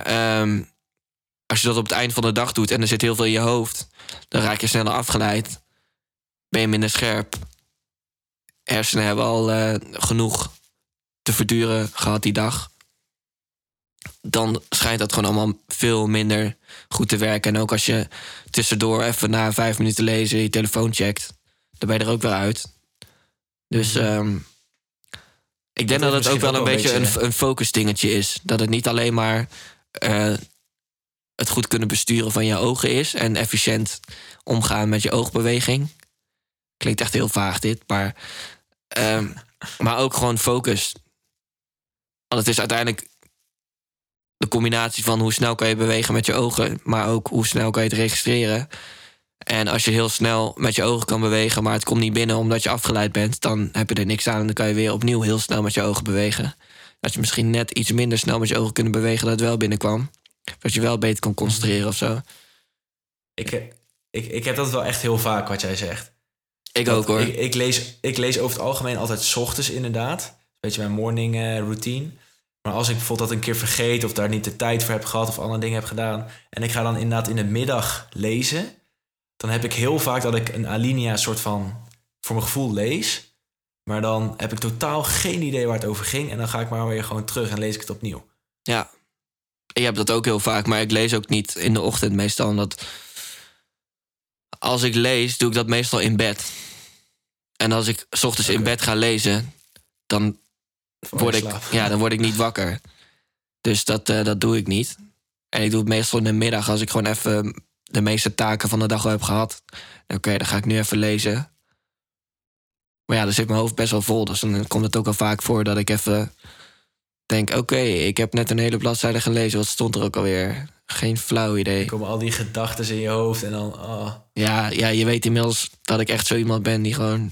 S3: als je dat op het eind van de dag doet en er zit heel veel in je hoofd, dan raak je sneller afgeleid. Ben je minder scherp. Hersenen hebben al genoeg te verduren gehad die dag. Dan schijnt dat gewoon allemaal veel minder goed te werken. En ook als je tussendoor even na 5 minuten lezen je telefoon checkt, dan ben je er ook weer uit. Dus ik denk dat het ook wel een beetje een focus dingetje is. Dat het niet alleen maar het goed kunnen besturen van je ogen is en efficiënt omgaan met je oogbeweging. Klinkt echt heel vaag dit, maar ook gewoon focus. Want het is uiteindelijk de combinatie van hoe snel kan je bewegen met je ogen, maar ook hoe snel kan je het registreren. En als je heel snel met je ogen kan bewegen, maar het komt niet binnen omdat je afgeleid bent, dan heb je er niks aan en dan kan je weer opnieuw heel snel met je ogen bewegen. Dat je misschien net iets minder snel met je ogen kunnen bewegen dat het wel binnenkwam. Dat je wel beter kan concentreren of zo.
S4: Ik heb dat wel echt heel vaak wat jij zegt.
S3: Ik ook hoor.
S4: Ik lees over het algemeen altijd 's ochtends inderdaad. Een beetje mijn morning routine. Maar als ik bijvoorbeeld dat een keer vergeet of daar niet de tijd voor heb gehad of andere dingen heb gedaan en ik ga dan inderdaad in de middag lezen, dan heb ik heel vaak dat ik een alinea soort van voor mijn gevoel lees. Maar dan heb ik totaal geen idee waar het over ging en dan ga ik maar weer gewoon terug en lees ik het opnieuw.
S3: Ja, ik heb dat ook heel vaak, maar ik lees ook niet in de ochtend meestal. Omdat als ik lees, doe ik dat meestal in bed. En als ik 's ochtends in bed ga lezen, dan word ik niet wakker. Dus dat doe ik niet. En ik doe het meestal in de middag als ik gewoon even de meeste taken van de dag al heb gehad. Oké, dan ga ik nu even lezen. Maar ja, dan zit mijn hoofd best wel vol. Dus dan komt het ook al vaak voor dat ik even denk, oké, ik heb net een hele bladzijde gelezen. Wat stond er ook alweer? Geen flauw idee.
S4: Er komen al die gedachten in je hoofd en dan...
S3: Ja, je weet inmiddels dat ik echt zo iemand ben die gewoon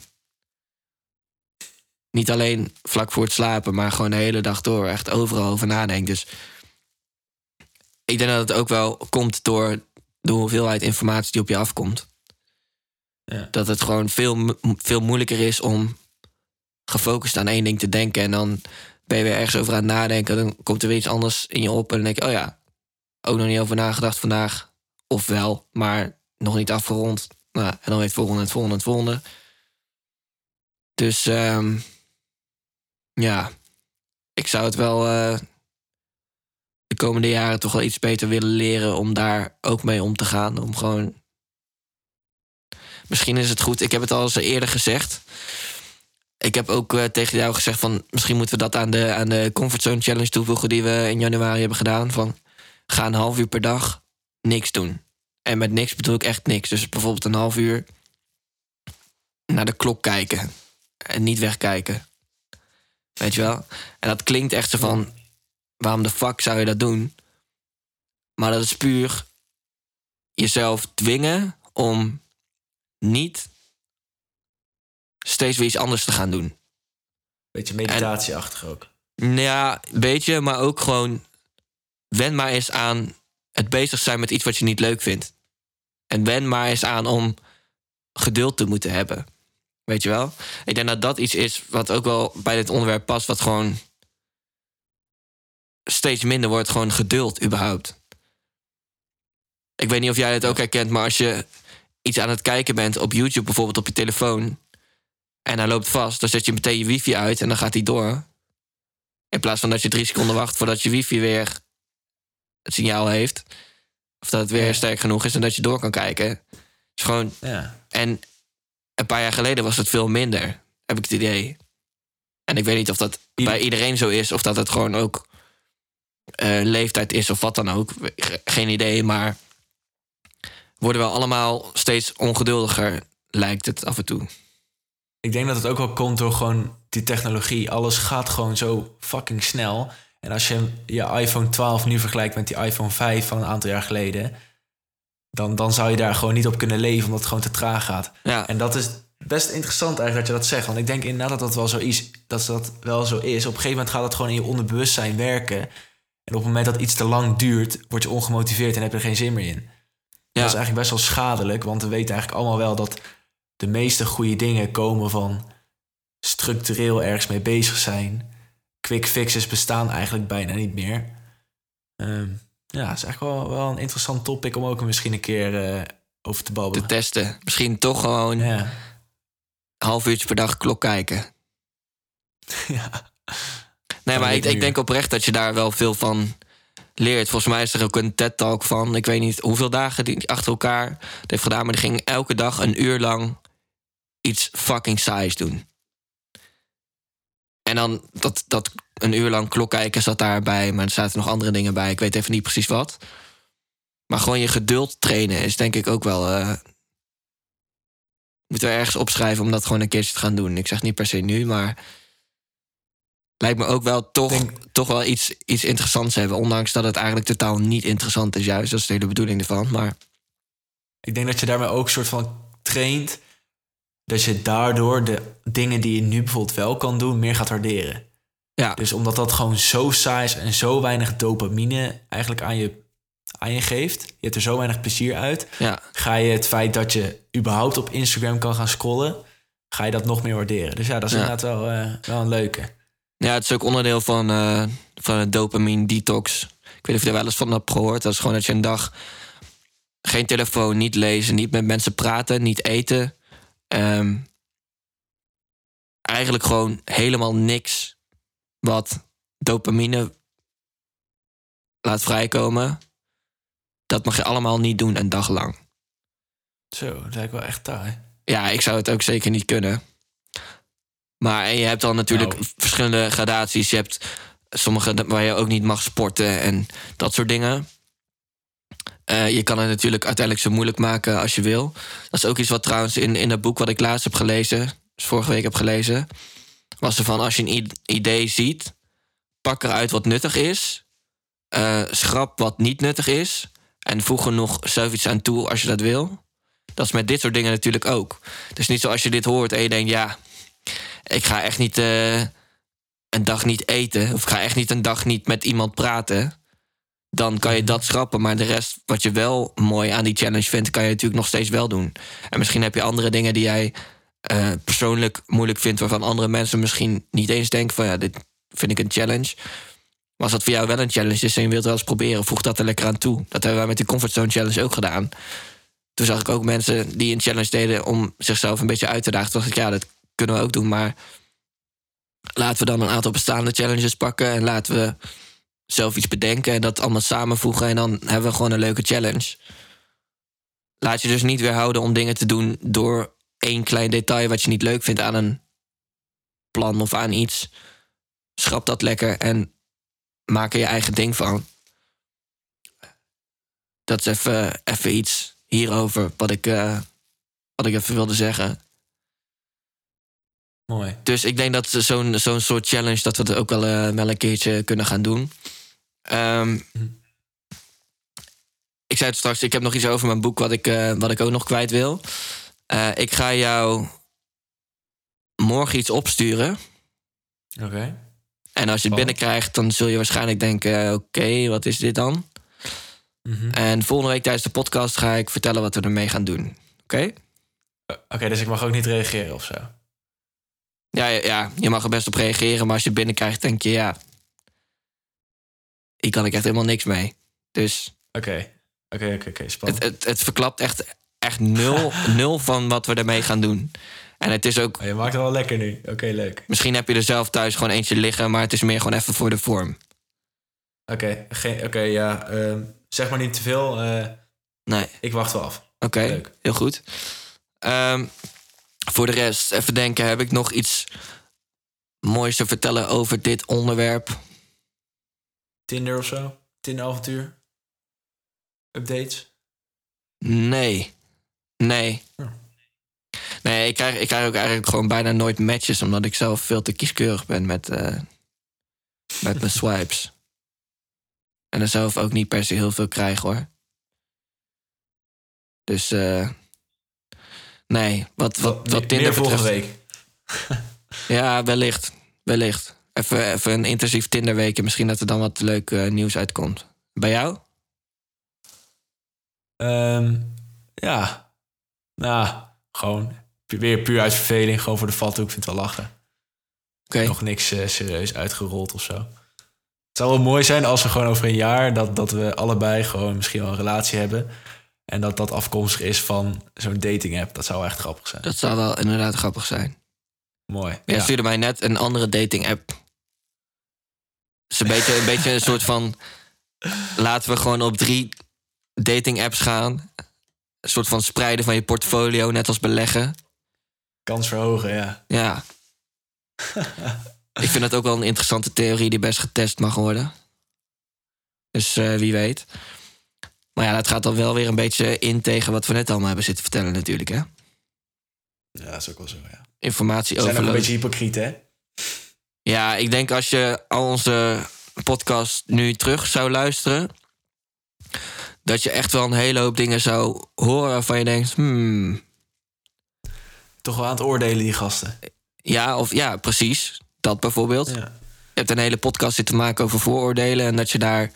S3: niet alleen vlak voor het slapen, maar gewoon de hele dag door echt overal over nadenkt. Dus ik denk dat het ook wel komt door de hoeveelheid informatie die op je afkomt.
S4: Ja.
S3: Dat het gewoon veel moeilijker is om gefocust aan één ding te denken. En dan ben je weer ergens over aan het nadenken. Dan komt er weer iets anders in je op. En dan denk je, oh ja, ook nog niet over nagedacht vandaag. Of wel, maar nog niet afgerond. Nou, en dan weer het volgende. Dus ja, ik zou het wel de komende jaren toch wel iets beter willen leren om daar ook mee om te gaan. Om gewoon... Misschien is het goed. Ik heb het al eens eerder gezegd. Ik heb ook tegen jou gezegd van... misschien moeten we dat aan de Comfortzone Challenge toevoegen... die we in januari hebben gedaan. Van, ga een half uur per dag niks doen. En met niks bedoel ik echt niks. Dus bijvoorbeeld een half uur naar de klok kijken. En niet wegkijken. Weet je wel? En dat klinkt echt zo van... waarom de fuck zou je dat doen? Maar dat is puur jezelf dwingen om niet steeds weer iets anders te gaan doen.
S4: Beetje meditatieachtig ook.
S3: Ja, een beetje, maar ook gewoon... wen maar eens aan het bezig zijn met iets wat je niet leuk vindt. En wen maar eens aan om geduld te moeten hebben. Weet je wel? Ik denk dat dat iets is wat ook wel bij dit onderwerp past... wat gewoon steeds minder wordt. Gewoon geduld, überhaupt. Ik weet niet of jij het ook herkent... maar als je iets aan het kijken bent op YouTube... bijvoorbeeld op je telefoon... en hij loopt vast, dan zet je meteen je wifi uit... en dan gaat hij door. In plaats van dat je 3 seconden wacht... voordat je wifi weer het signaal heeft... of dat het weer sterk genoeg is... en dat je door kan kijken. Dus gewoon...
S4: Ja.
S3: En een paar jaar geleden was het veel minder, heb ik het idee. En ik weet niet of dat bij iedereen zo is... of dat het gewoon ook leeftijd is of wat dan ook. Geen idee, maar... worden we allemaal steeds ongeduldiger, lijkt het af en toe.
S4: Ik denk dat het ook wel komt door gewoon die technologie. Alles gaat gewoon zo fucking snel. En als je iPhone 12 nu vergelijkt met die iPhone 5 van een aantal jaar geleden... dan zou je daar gewoon niet op kunnen leven, omdat het gewoon te traag gaat.
S3: Ja.
S4: En dat is best interessant eigenlijk dat je dat zegt. Want ik denk inderdaad dat dat wel zo is. Dat wel zo is. Op een gegeven moment gaat dat gewoon in je onderbewustzijn werken. En op het moment dat iets te lang duurt, word je ongemotiveerd en heb je er geen zin meer in.
S3: Ja.
S4: Dat is eigenlijk best wel schadelijk, want we weten eigenlijk allemaal wel dat de meeste goede dingen komen van structureel ergens mee bezig zijn. Quick fixes bestaan eigenlijk bijna niet meer. Ja, het is eigenlijk wel een interessant topic om ook misschien een keer over te babbelen.
S3: Te testen. Misschien toch gewoon een half uurtje per dag klok kijken.
S4: Ja.
S3: Nee, maar ik denk oprecht dat je daar wel veel van leert. Volgens mij is er ook een TED-talk van... ik weet niet hoeveel dagen die achter elkaar het heeft gedaan... maar die ging elke dag een uur lang iets fucking saais doen. En dan dat een uur lang klok kijken zat daarbij... maar er zaten nog andere dingen bij. Ik weet even niet precies wat. Maar gewoon je geduld trainen is denk ik ook wel... moeten we ergens opschrijven om dat gewoon een keertje te gaan doen. Ik zeg niet per se nu, maar... lijkt me ook wel toch wel iets interessants hebben. Ondanks dat het eigenlijk totaal niet interessant is juist. Dat is de hele bedoeling ervan, maar...
S4: Ik denk dat je daarmee ook een soort van traint... dat je daardoor de dingen die je nu bijvoorbeeld wel kan doen... meer gaat waarderen.
S3: Ja.
S4: Dus omdat dat gewoon zo saai is en zo weinig dopamine eigenlijk aan je geeft... je hebt er zo weinig plezier uit...
S3: Ja.
S4: ga je het feit dat je überhaupt op Instagram kan gaan scrollen... ga je dat nog meer waarderen. Dus ja, dat is inderdaad wel een leuke.
S3: Ja, het is ook onderdeel van een dopamine detox. Ik weet niet of je er wel eens van hebt gehoord. Dat is gewoon dat je een dag geen telefoon, niet lezen... niet met mensen praten, niet eten... eigenlijk gewoon helemaal niks wat dopamine laat vrijkomen. Dat mag je allemaal niet doen een dag lang.
S4: Zo, dat lijkt wel echt taai.
S3: Ja, ik zou het ook zeker niet kunnen. Maar en je hebt dan natuurlijk verschillende gradaties. Je hebt sommige waar je ook niet mag sporten en dat soort dingen. Je kan het natuurlijk uiteindelijk zo moeilijk maken als je wil. Dat is ook iets wat trouwens in dat boek wat ik laatst heb gelezen... dus vorige week heb gelezen... was er van als je een idee ziet... pak eruit wat nuttig is... schrap wat niet nuttig is... en voeg er nog zelf iets aan toe als je dat wil. Dat is met dit soort dingen natuurlijk ook. Het is niet zo als je dit hoort en je denkt... ja, ik ga echt niet een dag niet eten... of ik ga echt niet een dag niet met iemand praten... dan kan je dat schrappen. Maar de rest, wat je wel mooi aan die challenge vindt... kan je natuurlijk nog steeds wel doen. En misschien heb je andere dingen die jij persoonlijk moeilijk vindt... waarvan andere mensen misschien niet eens denken van... ja, dit vind ik een challenge. Maar als dat voor jou wel een challenge is en je wilt wel eens proberen... voeg dat er lekker aan toe. Dat hebben wij met de Comfortzone Challenge ook gedaan. Toen zag ik ook mensen die een challenge deden... om zichzelf een beetje uit te dagen. Toen dacht ik, ja, dat kunnen we ook doen, maar... laten we dan een aantal bestaande challenges pakken... en laten we zelf iets bedenken en dat allemaal samenvoegen. En dan hebben we gewoon een leuke challenge. Laat je dus niet weerhouden om dingen te doen door 1 klein detail wat je niet leuk vindt aan een plan of aan iets. Schrap dat lekker en maak er je eigen ding van. Dat is even iets hierover wat ik even wilde zeggen.
S4: Mooi.
S3: Dus ik denk dat zo'n soort challenge, dat we het ook wel een keertje kunnen gaan doen. Ik zei het straks, ik heb nog iets over mijn boek wat ik ook nog kwijt wil. Ik ga jou morgen iets opsturen.
S4: Oké.
S3: En als je het binnenkrijgt, dan zul je waarschijnlijk denken, oké, wat is dit dan? En volgende week tijdens de podcast ga ik vertellen wat we ermee gaan doen. Oké?
S4: Oké, dus ik mag ook niet reageren of zo?
S3: Ja, je mag er best op reageren, maar als je het binnenkrijgt, denk je, ja, hier kan ik echt helemaal niks mee. Dus
S4: Oké, spannend.
S3: Het verklapt echt nul van wat we ermee gaan doen. En het is ook...
S4: Je maakt het wel lekker nu. Oké, leuk.
S3: Misschien heb je er zelf thuis gewoon eentje liggen, maar het is meer gewoon even voor de vorm.
S4: Oké, ja. Zeg maar niet te veel.
S3: Nee.
S4: Ik wacht wel af.
S3: Oké, heel goed. Voor de rest, even denken, heb ik nog iets moois te vertellen over dit onderwerp?
S4: Tinder of zo? Tinder-avontuur? Updates?
S3: Nee.
S4: Oh.
S3: Nee, ik krijg ook eigenlijk gewoon bijna nooit matches, omdat ik zelf veel te kieskeurig ben met mijn swipes. En er zelf ook niet per se heel veel krijg, hoor. Dus, nee, wat Tinder
S4: meer volgende
S3: betreft,
S4: week.
S3: Ja, wellicht. Even een intensief Tinderweekje. Misschien dat er dan wat leuk nieuws uitkomt. Bij jou?
S4: Ja. Nou, gewoon weer puur uit verveling. Gewoon voor de valhoek. Ik vind het wel lachen.
S3: Okay.
S4: Nog niks serieus uitgerold of zo. Het zou wel mooi zijn als we gewoon over een jaar... dat we allebei gewoon misschien wel een relatie hebben... en dat afkomstig is van zo'n dating app. Dat zou echt grappig zijn.
S3: Dat zou wel inderdaad grappig zijn.
S4: Mooi.
S3: Jij stuurde mij net een andere dating app. Dus een beetje een soort van... Laten we gewoon op 3 dating apps gaan. Een soort van spreiden van je portfolio, net als beleggen.
S4: Kans verhogen, ja.
S3: Ja. Ik vind dat ook wel een interessante theorie die best getest mag worden. Dus wie weet. Maar ja, dat gaat dan wel weer een beetje in tegen wat we net allemaal hebben zitten vertellen natuurlijk, hè?
S4: Ja, dat is ook wel zo, ja.
S3: Informatie
S4: We zijn
S3: overload.
S4: ook een beetje hypocriet, hè?
S3: Ja, ik denk als je al onze podcast nu terug zou luisteren... dat je echt wel een hele hoop dingen zou horen waarvan je denkt...
S4: Toch wel aan het oordelen, die gasten.
S3: Ja, precies. Dat bijvoorbeeld.
S4: Ja.
S3: Je hebt een hele podcast zitten maken over vooroordelen... en dat je daar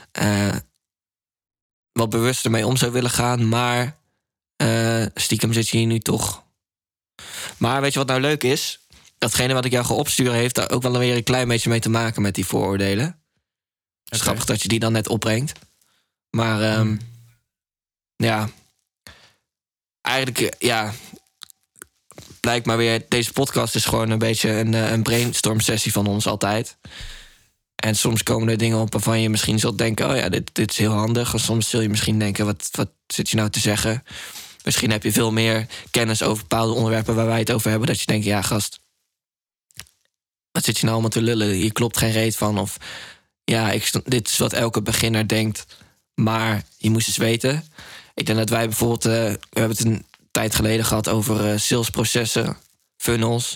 S3: wat bewuster mee om zou willen gaan. Maar stiekem zit je hier nu toch. Maar weet je wat nou leuk is? Datgene wat ik jou ga opsturen... heeft daar ook wel weer een klein beetje mee te maken met die vooroordelen. Het is grappig dat je die dan net opbrengt. Maar ja... Eigenlijk, ja... Blijkt maar weer, deze podcast is gewoon een beetje een brainstorm sessie van ons altijd. En soms komen er dingen op waarvan je misschien zult denken... oh ja, dit is heel handig. En soms zul je misschien denken, wat zit je nou te zeggen? Misschien heb je veel meer kennis over bepaalde onderwerpen... waar wij het over hebben, dat je denkt, ja gast... wat zit je nou allemaal te lullen? Hier klopt geen reet van. Of ja, dit is wat elke beginner denkt... maar je moest eens weten. Ik denk dat wij bijvoorbeeld... we hebben het een tijd geleden gehad over salesprocessen, funnels.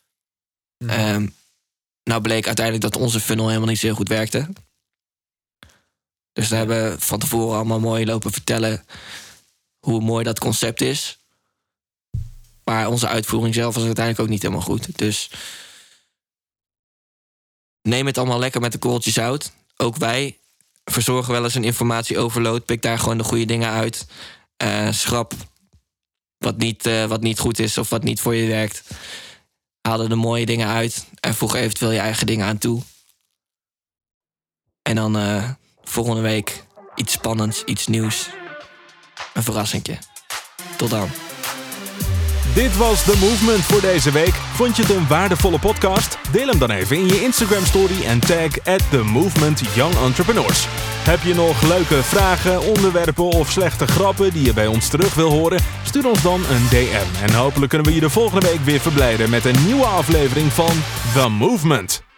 S3: Nou bleek uiteindelijk dat onze funnel helemaal niet zo goed werkte. Dus we hebben van tevoren allemaal mooi lopen vertellen... hoe mooi dat concept is. Maar onze uitvoering zelf was uiteindelijk ook niet helemaal goed. Dus neem het allemaal lekker met de korreltje zout. Ook wij verzorgen wel eens een informatieoverload. Pik daar gewoon de goede dingen uit. Schrap wat niet goed is of wat niet voor je werkt. Haal er de mooie dingen uit en voeg eventueel je eigen dingen aan toe. En dan volgende week iets spannends, iets nieuws. Een verrassingje. Tot dan.
S1: Dit was The Movement voor deze week. Vond je het een waardevolle podcast? Deel hem dan even in je Instagram story en tag @TheMovementYoungEntrepreneurs. Heb je nog leuke vragen, onderwerpen of slechte grappen die je bij ons terug wil horen? Stuur ons dan een DM en hopelijk kunnen we je de volgende week weer verblijden met een nieuwe aflevering van The Movement.